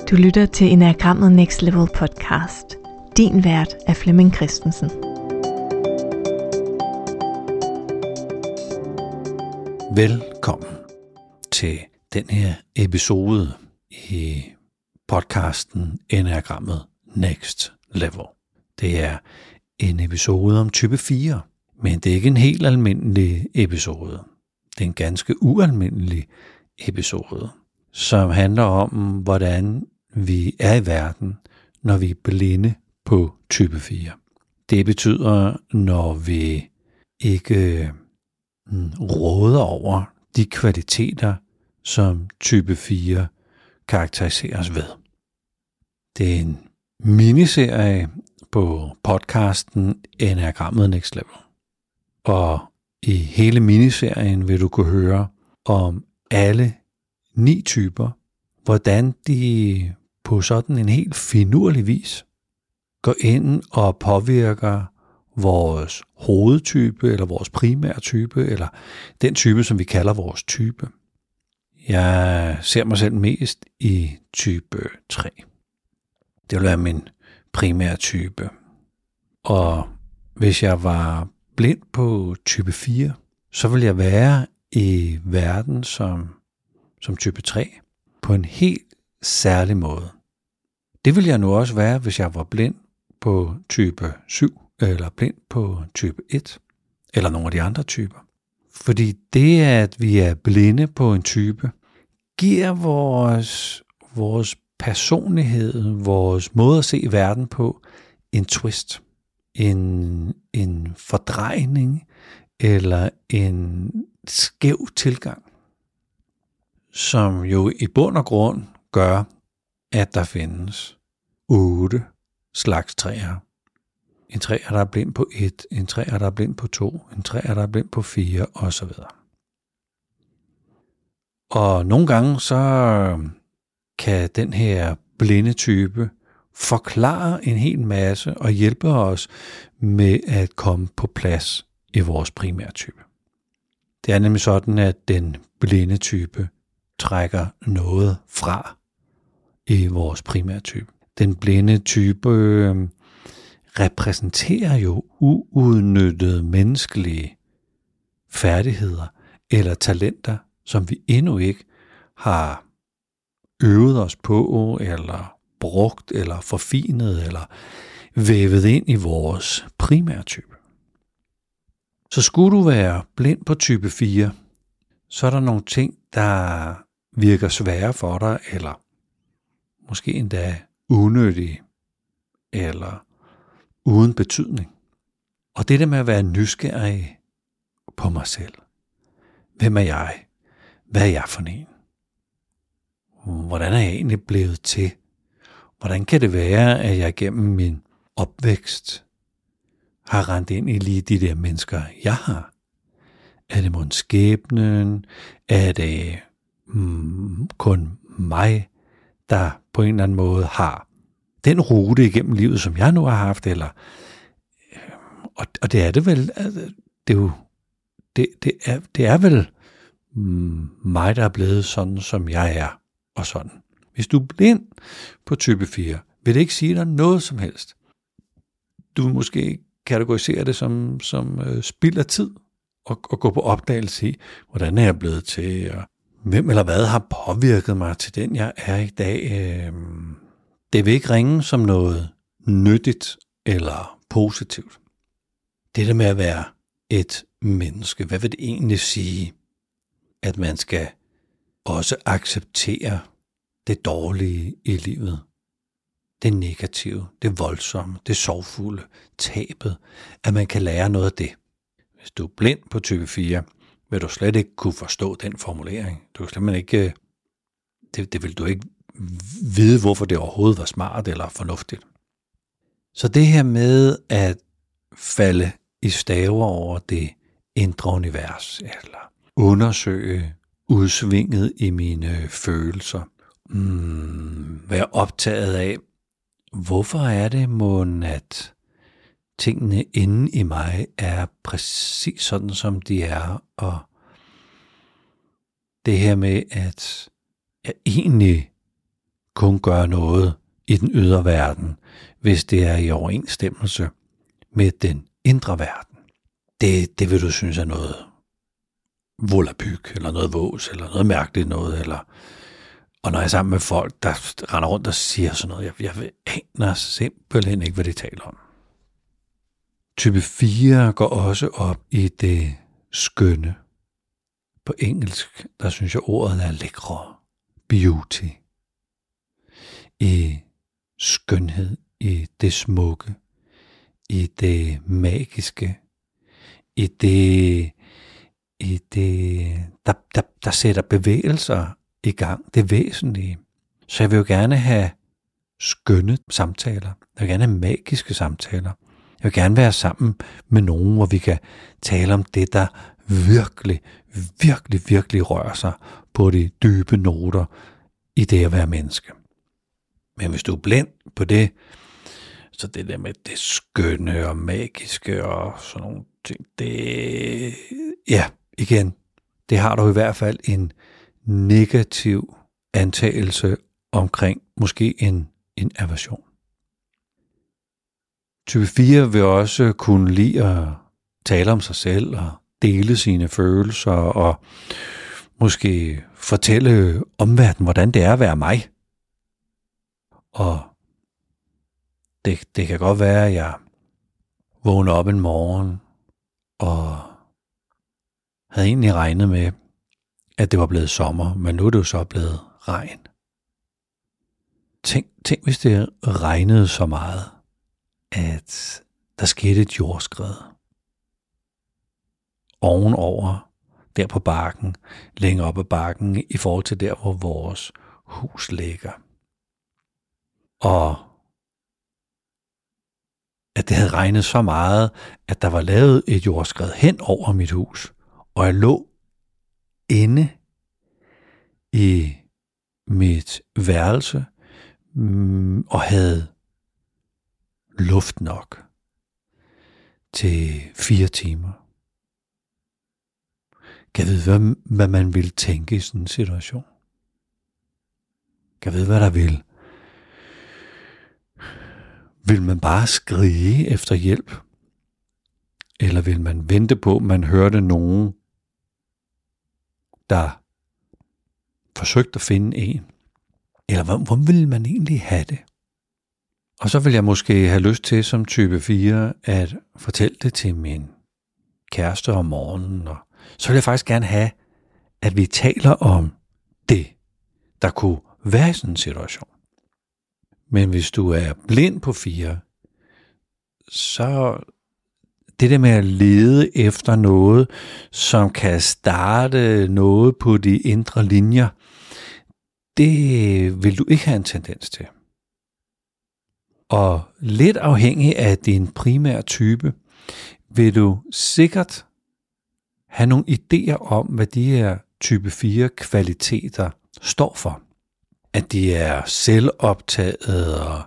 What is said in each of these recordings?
Du lytter til Enneagrammet Next Level podcast. Din vært er Flemming Christensen. Velkommen til den her episode i podcasten Enneagrammet Next Level. Det er en episode om type 4, men det er ikke en helt almindelig episode. Det er en ganske ualmindelig episode, som handler om, hvordan vi er i verden, når vi er blinde på type 4. Det betyder, når vi ikke råder over de kvaliteter, som type 4 karakteriseres ved. Det er en miniserie på podcasten Enneagrammet Next Level. Og i hele miniserien vil du kunne høre om alle 9 typer, hvordan de på sådan en helt finurlig vis går ind og påvirker vores hovedtype, eller vores primære type, eller den type, som vi kalder vores type. Jeg ser mig selv mest i type 3. Det vil være min primære type. Og hvis jeg var blind på type 4, så vil jeg være i verden som type 3 på en helt særlig måde. Det vil jeg nu også være, hvis jeg var blind på type 7, eller blind på type 1, eller nogle af de andre typer. Fordi det, at vi er blinde på en type, giver vores personlighed, vores måde at se verden på, en twist, en fordrejning, eller en skæv tilgang, som jo i bund og grund gør, at der findes 8 slags træer. En træer, der er blind på 1, en træer, der er blind på 2, en træer, der er blind på 4, osv. Og nogle gange så kan den her blinde type forklare en hel masse og hjælpe os med at komme på plads i vores primære type. Det er nemlig sådan, at den blinde type trækker noget fra i vores primære type. Den blinde type repræsenterer jo uudnyttede menneskelige færdigheder eller talenter, som vi endnu ikke har øvet os på, eller brugt, eller forfinet, eller vævet ind i vores primære type. Så skulle du være blind på type 4, så er der nogle ting, der virker svære for dig, eller måske endda unødige, eller uden betydning. Og det der med at være nysgerrig på mig selv. Hvem er jeg? Hvad er jeg for en? Hvordan er jeg egentlig blevet til? Hvordan kan det være, at jeg gennem min opvækst har rendt ind i lige de der mennesker, jeg har? Er det mon skæbnen? Er det kun mig, der på en eller anden måde har den rute igennem livet, som jeg nu har haft? Eller, og det er det vel. Det er vel mig, der er blevet sådan, som jeg er, og sådan. Hvis du er blind på type 4, vil det ikke sige dig noget som helst. Du vil måske kategorisere det som spild af tid, og gå på opdagelse i, hvordan er jeg blevet til, og hvem eller hvad har påvirket mig til den, jeg er i dag. Det vil ikke ringe som noget nyttigt eller positivt. Det der med at være et menneske, hvad vil det egentlig sige, at man skal også acceptere det dårlige i livet, det negative, det voldsomme, det sorgfulde, tabet, at man kan lære noget af det. Hvis du er blind på type 4, vil du slet ikke kunne forstå den formulering. Du kan simpelthen ikke, det vil du ikke vide, hvorfor det overhovedet var smart eller fornuftigt. Så det her med at falde i staver over det indre univers, eller undersøge udsvinget i mine følelser, være optaget af, hvorfor er det mon, at tingene inde i mig er præcis sådan, som de er, og det her med, at jeg egentlig kun gøre noget i den ydre verden, hvis det er i overensstemmelse med den indre verden. Det vil du synes er noget volapyk, eller noget vås, eller noget mærkeligt noget, og når jeg er sammen med folk, der render rundt og siger sådan noget, jeg aner simpelthen ikke, hvad de taler om. Type 4 går også op i det skønne. På engelsk, der synes jeg ordet er lækre, beauty. I skønhed, i det smukke, i det magiske, i det der sætter bevægelser i gang, det væsentlige. Så jeg vil jo gerne have skønne samtaler. Jeg vil gerne have magiske samtaler. Jeg vil gerne være sammen med nogen, hvor vi kan tale om det, der virkelig rører sig på de dybe noter i det at være menneske. Men hvis du er blind på det, så det der med det skønne og magiske og sådan nogle ting, det har du i hvert fald en negativ antagelse omkring, måske en aversion. Type 4 vil også kunne lide at tale om sig selv og dele sine følelser og måske fortælle omverdenen, hvordan det er at være mig. Og det kan godt være, at jeg vågner op en morgen og havde egentlig regnet med, at det var blevet sommer, men nu er det jo så blevet regn. Tænk hvis det regnede så meget, at der skete et jordskred ovenover, der på bakken, længere op ad bakken, i forhold til der, hvor vores hus ligger. Og at det havde regnet så meget, at der var lavet et jordskred hen over mit hus, og jeg lå inde i mit værelse og havde luft nok til 4 timer. Kan jeg vide, hvad man ville tænke i sådan en situation? Kan jeg vide, hvad der vil? Vil man bare skrige efter hjælp? Eller vil man vente på, at man hørte nogen, der forsøgte at finde en? Eller hvordan ville man egentlig have det? Og så vil jeg måske have lyst til som type 4 at fortælle det til min kæreste om morgenen. Og så vil jeg faktisk gerne have, at vi taler om det, der kunne være i sådan en situation. Men hvis du er blind på 4, så det der med at lede efter noget, som kan starte noget på de indre linjer, det vil du ikke have en tendens til. Og lidt afhængig af din primære type, vil du sikkert have nogle idéer om, hvad de her type 4 kvaliteter står for. At de er selvoptaget og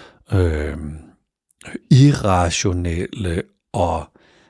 irrationelle, og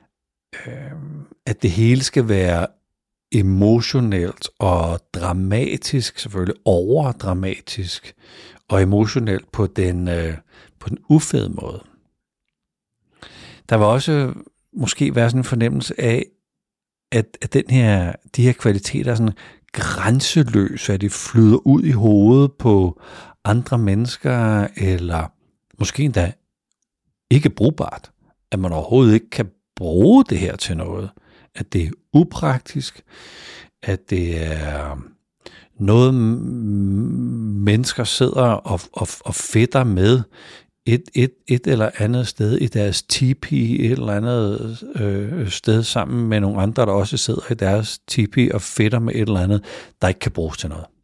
at det hele skal være emotionelt og dramatisk, selvfølgelig overdramatisk, og emotionelt på den ufede måde. Der vil også måske være sådan en fornemmelse af, at de her kvaliteter er sådan grænseløse, at de flyder ud i hovedet på andre mennesker, eller måske endda ikke brugbart, at man overhovedet ikke kan bruge det her til noget, at det er upraktisk, at det er noget mennesker sidder og fedter med et eller andet sted i deres tipi, et eller andet sted sammen med nogle andre, der også sidder i deres tipi og fedter med et eller andet, der ikke kan bruges til noget.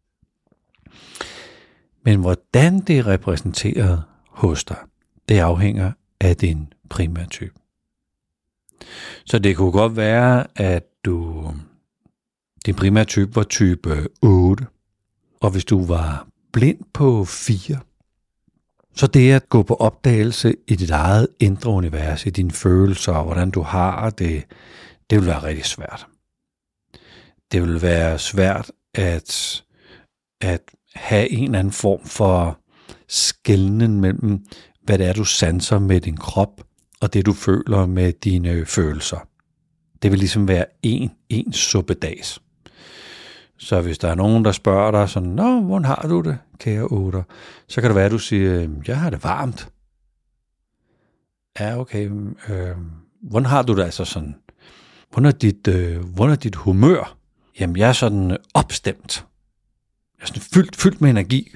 Men hvordan det er repræsenteret hos dig, det afhænger af din primære type. Så det kunne godt være, at din primære type var type 8, og hvis du var blind på 4, så det at gå på opdagelse i dit eget indre univers, i dine følelser og hvordan du har det, det vil være rigtig svært. Det vil være svært at have en eller anden form for skelnen mellem, hvad det er, du sanser med din krop, og det, du føler med dine følelser. Det vil ligesom være en suppedags. Så hvis der er nogen, der spørger dig sådan, nå, hvordan har du det, kære 8'er? Så kan det være, at du siger, jeg har det varmt. Ja, okay. Hvordan har du det altså sådan? Hvordan er dit humør? Jamen, jeg er sådan opstemt. Jeg er sådan fyldt med energi.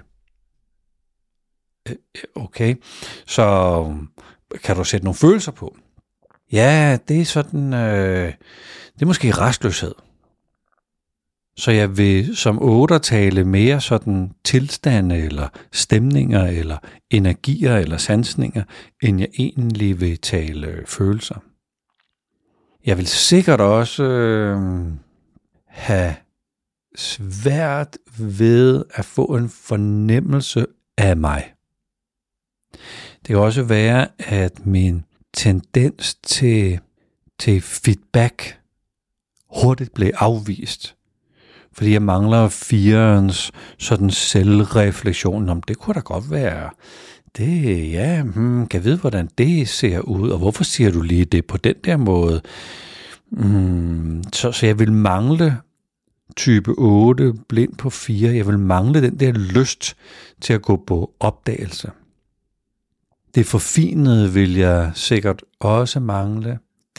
Okay. Så kan du sætte nogle følelser på? Ja, det er sådan, det er måske restløshed. Så jeg vil som 8'er tale mere sådan tilstande eller stemninger eller energier eller sansninger, end jeg egentlig vil tale følelser. Jeg vil sikkert også have svært ved at få en fornemmelse af mig. Det kan også være, at min tendens til feedback hurtigt blev afvist. Fordi jeg mangler 4'erens sådan selvreflektion. Om det kunne da godt være. Det, ja, kan jeg vide, hvordan det ser ud, og hvorfor siger du lige det på den der måde? Så jeg vil mangle type 8, blind på 4. Jeg vil mangle den der lyst til at gå på opdagelse. Det forfinede vil jeg sikkert også mangle.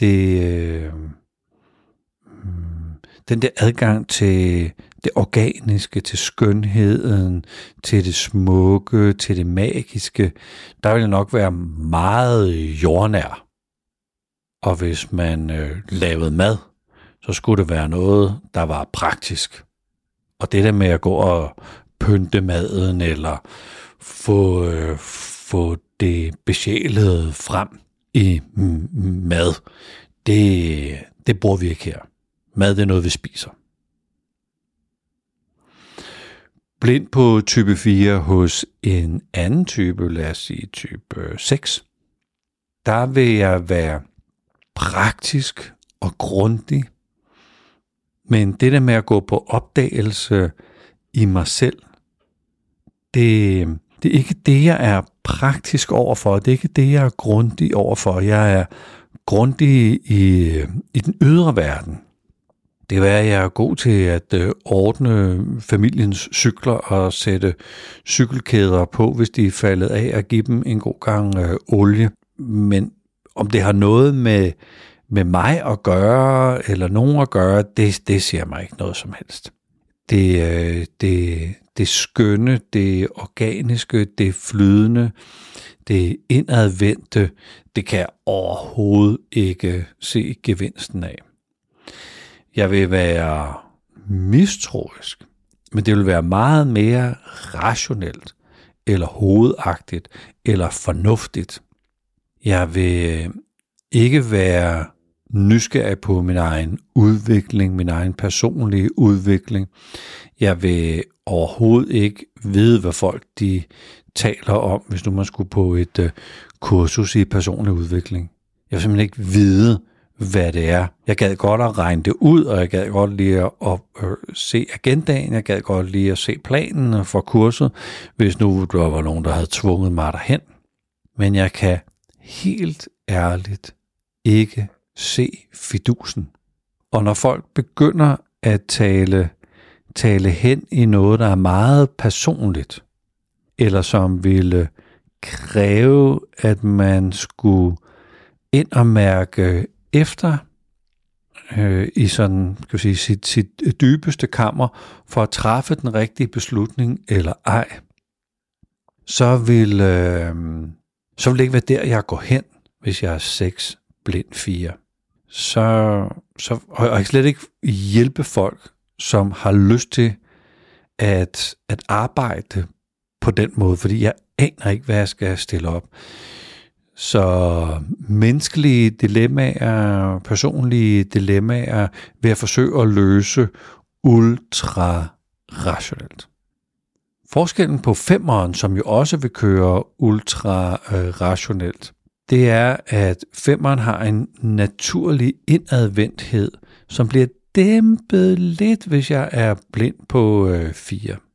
Den der adgang til det organiske, til skønheden, til det smukke, til det magiske, der vil jeg nok være meget jordnær. Og hvis man lavede mad, så skulle det være noget, der var praktisk. Og det der med at gå og pynte maden, eller få det besjælede frem i mad, det bruger vi ikke her. Mad, det er noget, vi spiser. Blind på type 4 hos en anden type, lad os sige type 6, der vil jeg være praktisk og grundig. Men det der med at gå på opdagelse i mig selv, det er ikke det, jeg er praktisk overfor. Det er ikke det, jeg er grundig overfor. Jeg er grundig i den ydre verden. Det er, at jeg er god til at ordne familiens cykler og sætte cykelkæder på, hvis de er faldet af, og give dem en god gang olie. Men om det har noget med mig at gøre, eller nogen at gøre, det siger mig ikke noget som helst. Det skønne, det organiske, det flydende, det indadvendte, det kan jeg overhovedet ikke se gevinsten af. Jeg vil være mistroisk, men det vil være meget mere rationelt, eller hovedagtigt, eller fornuftigt. Jeg vil ikke være nysgerrig på min egen udvikling, min egen personlige udvikling. Jeg vil overhovedet ikke vide, hvad folk de taler om, hvis nu man skulle på et kursus i personlig udvikling. Jeg vil simpelthen ikke vide, hvad det er. Jeg gad godt at regne det ud, og jeg gad godt lige at se agendaen, jeg gad godt lige at se planen for kurset, hvis nu der var nogen, der havde tvunget mig derhen. Men jeg kan helt ærligt ikke se fidusen. Og når folk begynder at tale hen i noget, der er meget personligt, eller som ville kræve, at man skulle ind og mærke efter i sådan, kan vi sige, sit dybeste kammer for at træffe den rigtige beslutning eller ej, så vil det ikke være der, jeg går hen, hvis jeg er 6, blind 4. Og jeg kan slet ikke hjælpe folk, som har lyst til at arbejde på den måde, fordi jeg aner ikke, hvad jeg skal stille op. Så menneskelige dilemmaer, personlige dilemmaer, vil jeg forsøge at løse ultra rationelt. Forskellen på 5'eren, som jo også vil køre ultra rationelt, det er, at 5'eren har en naturlig indadvendthed, som bliver dæmpet lidt, hvis jeg er blind på 4.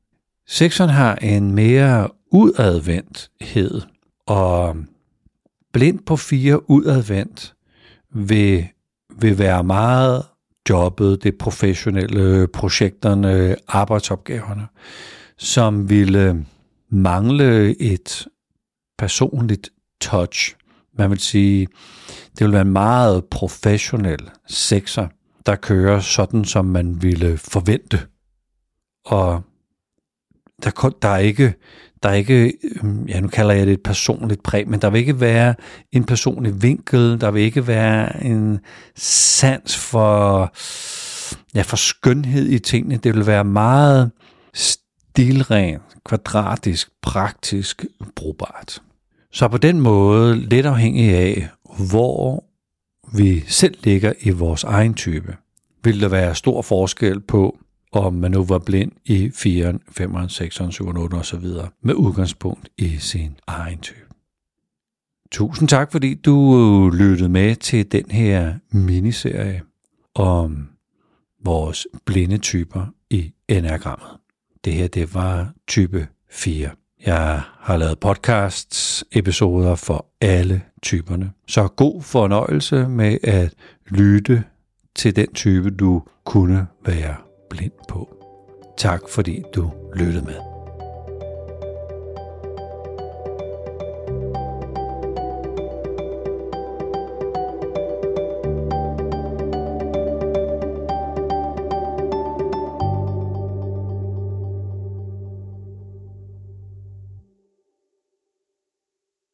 Sekseren har en mere udadvendthed, og blind på 4 udadvendt vil være meget jobbet, det professionelle, projekterne, arbejdsopgaverne, som ville mangle et personligt touch. Man vil sige, det vil være en meget professionel sekser, der kører sådan, som man ville forvente. Og der er ikke, ja, nu kalder jeg det et personligt præg, men der vil ikke være en personlig vinkel, der vil ikke være en sans for skønhed i tingene. Det vil være meget stilren, kvadratisk, praktisk, brugbart. Så på den måde, lidt afhængig af, hvor vi selv ligger i vores egen type, vil der være stor forskel på, om man nu var blind i 4'eren, 5'eren, 6'eren, 7'eren, 8'eren osv. med udgangspunkt i sin egen type. Tusind tak, fordi du lyttede med til den her miniserie om vores blinde typer i enneagrammet. Det her, det var type 4. Jeg har lavet podcasts, episoder for alle typerne. Så god fornøjelse med at lytte til den type, du kunne være blind på. Tak fordi du lyttede med.